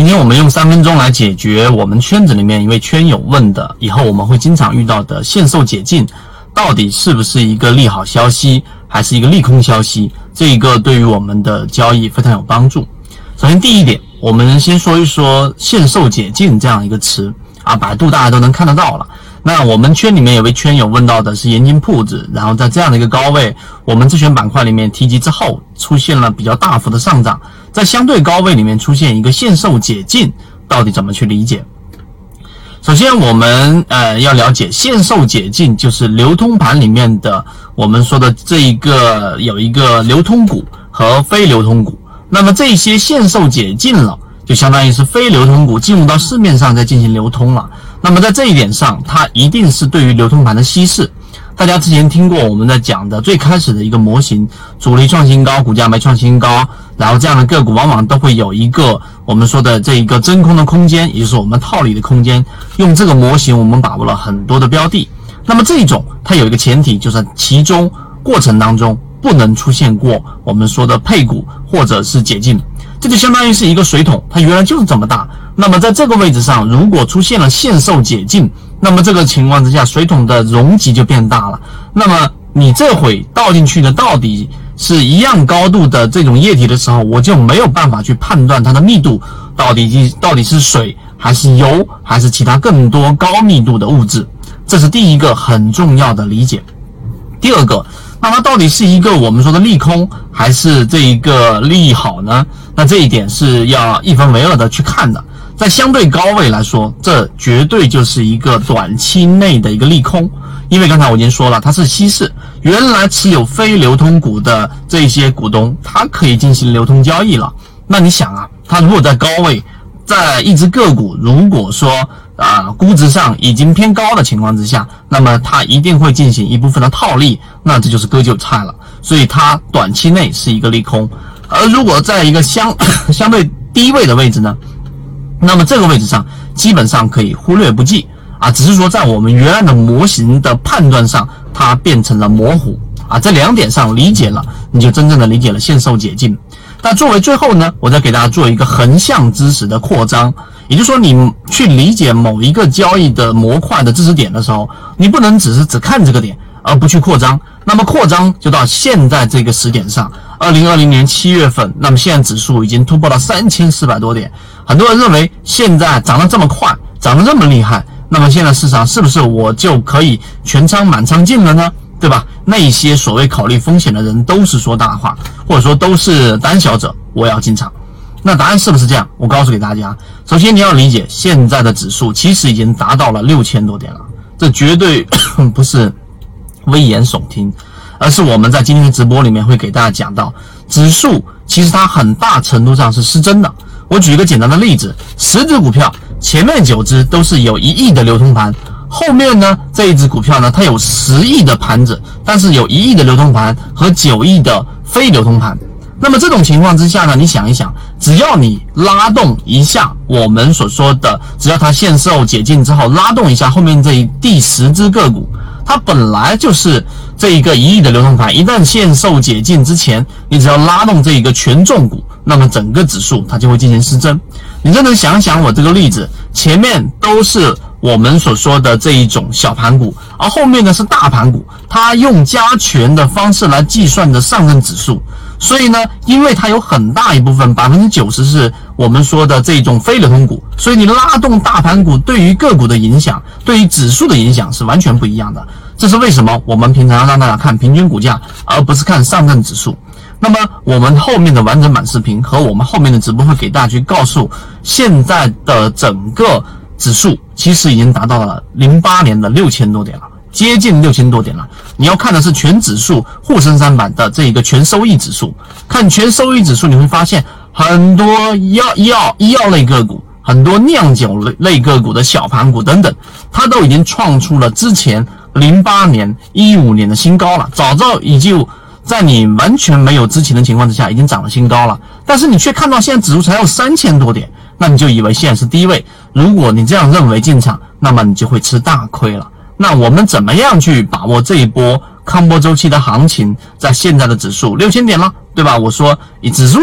今天我们用3分钟来解决我们圈子里面一位圈友问的，以后我们会经常遇到的限售解禁，到底是不是一个利好消息，还是一个利空消息？这一个对于我们的交易非常有帮助。首先第一点，我们先说一说限售解禁这样一个词啊，百度大家都能看得到了。那我们圈里面有位圈友问到的是盐津铺子，然后在这样的一个高位，我们自选板块里面提及之后，出现了比较大幅的上涨，在相对高位里面出现一个限售解禁，到底怎么去理解？首先我们要了解限售解禁就是流通盘里面的我们说的这一个有一个流通股和非流通股，那么这些限售解禁了，就相当于是非流通股进入到市面上再进行流通了。那么在这一点上，它一定是对于流通盘的稀释。大家之前听过我们在讲的最开始的一个模型，主力创新高，股价没创新高，然后这样的个股往往都会有一个我们说的这一个真空的空间，也就是我们套利的空间。用这个模型我们把握了很多的标的。那么这一种它有一个前提，就是其中过程当中不能出现过我们说的配股或者是解禁，这就相当于是一个水桶，它原来就是这么大。那么在这个位置上，如果出现了限售解禁，那么这个情况之下，水桶的容积就变大了。那么你这回倒进去的到底是一样高度的这种液体的时候，我就没有办法去判断它的密度到底是水还是油还是其他更多高密度的物质，这是第一个很重要的理解。第二个，那它到底是一个我们说的利空还是这一个利好呢？那这一点是要一分为二的去看的。在相对高位来说，这绝对就是一个短期内的一个利空，因为刚才我已经说了，它是稀释，原来持有非流通股的这些股东，它可以进行流通交易了。那你想啊，它如果在高位，在一只个股如果说估值上已经偏高的情况之下，那么它一定会进行一部分的套利，那这就是割韭菜了。所以它短期内是一个利空。而如果在一个相对低位的位置呢，那么这个位置上基本上可以忽略不计啊，只是说在我们原来的模型的判断上，它变成了模糊啊。这2点上理解了，你就真正的理解了限售解禁。那作为最后呢，我再给大家做一个横向知识的扩张，也就是说你去理解某一个交易的模块的知识点的时候，你不能只看这个点而不去扩张。那么扩张就到现在这个时点上，2020年7月份，那么现在指数已经突破到3400多点。很多人认为现在涨得这么快，涨得这么厉害，那么现在市场是不是我就可以全仓满仓进了呢？对吧？那一些所谓考虑风险的人都是说大话，或者说都是胆小者，我要进场。那答案是不是这样？我告诉给大家，首先你要理解，现在的指数其实已经达到了6000多点了，这绝对不是危言耸听，而是我们在今天的直播里面会给大家讲到，指数其实它很大程度上是失真的。我举一个简单的例子，10只股票，前面9只都是有1亿的流通盘，后面呢这一只股票呢，它有10亿的盘子，但是有1亿的流通盘和9亿的非流通盘。那么这种情况之下呢，你想一想，只要你拉动一下我们所说的，只要它限售解禁之后拉动一下后面这第10只个股，它本来就是这一个1亿的流通盘，一旦限售解禁之前，你只要拉动这一个权重股，那么整个指数它就会进行失真。你真的想想我这个例子，前面都是我们所说的这一种小盘股，而后面呢是大盘股，它用加权的方式来计算的上证指数。所以呢，因为它有很大一部分90%是我们说的这种非流通股，所以你拉动大盘股对于个股的影响，对于指数的影响是完全不一样的。这是为什么我们平常要让大家看平均股价，而不是看上证指数。那么我们后面的完整版视频和我们后面的直播会给大家去告诉，现在的整个指数其实已经达到了08年的6000多点了，接近6000多点了。你要看的是全指数沪深300的这一个全收益指数，看全收益指数你会发现很多医药类个股，很多酿酒类个股的小盘股等等，它都已经创出了之前08年、15年的新高了，早已经在你完全没有知情的情况之下已经涨了新高了。但是你却看到现在指数才有3000多点，那你就以为现在是低位。如果你这样认为进场，那么你就会吃大亏了。那我们怎么样去把握这一波康波周期的行情？在现在的指数6000点了，对吧？我说以指数上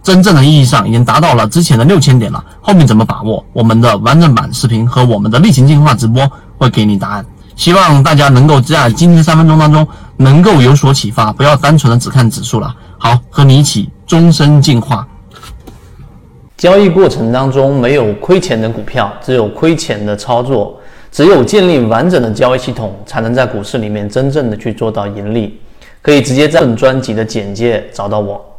真正的意义上已经达到了之前的6000点了，后面怎么把握？我们的完整版视频和我们的例行进化直播会给你答案。希望大家能够在今天3分钟当中能够有所启发，不要单纯的只看指数了。好，和你一起终身进化。 交易过程当中没有亏钱的股票，只有亏钱的操作。只有建立完整的交易系统，才能在股市里面真正的去做到盈利。可以直接在本专辑的简介找到我。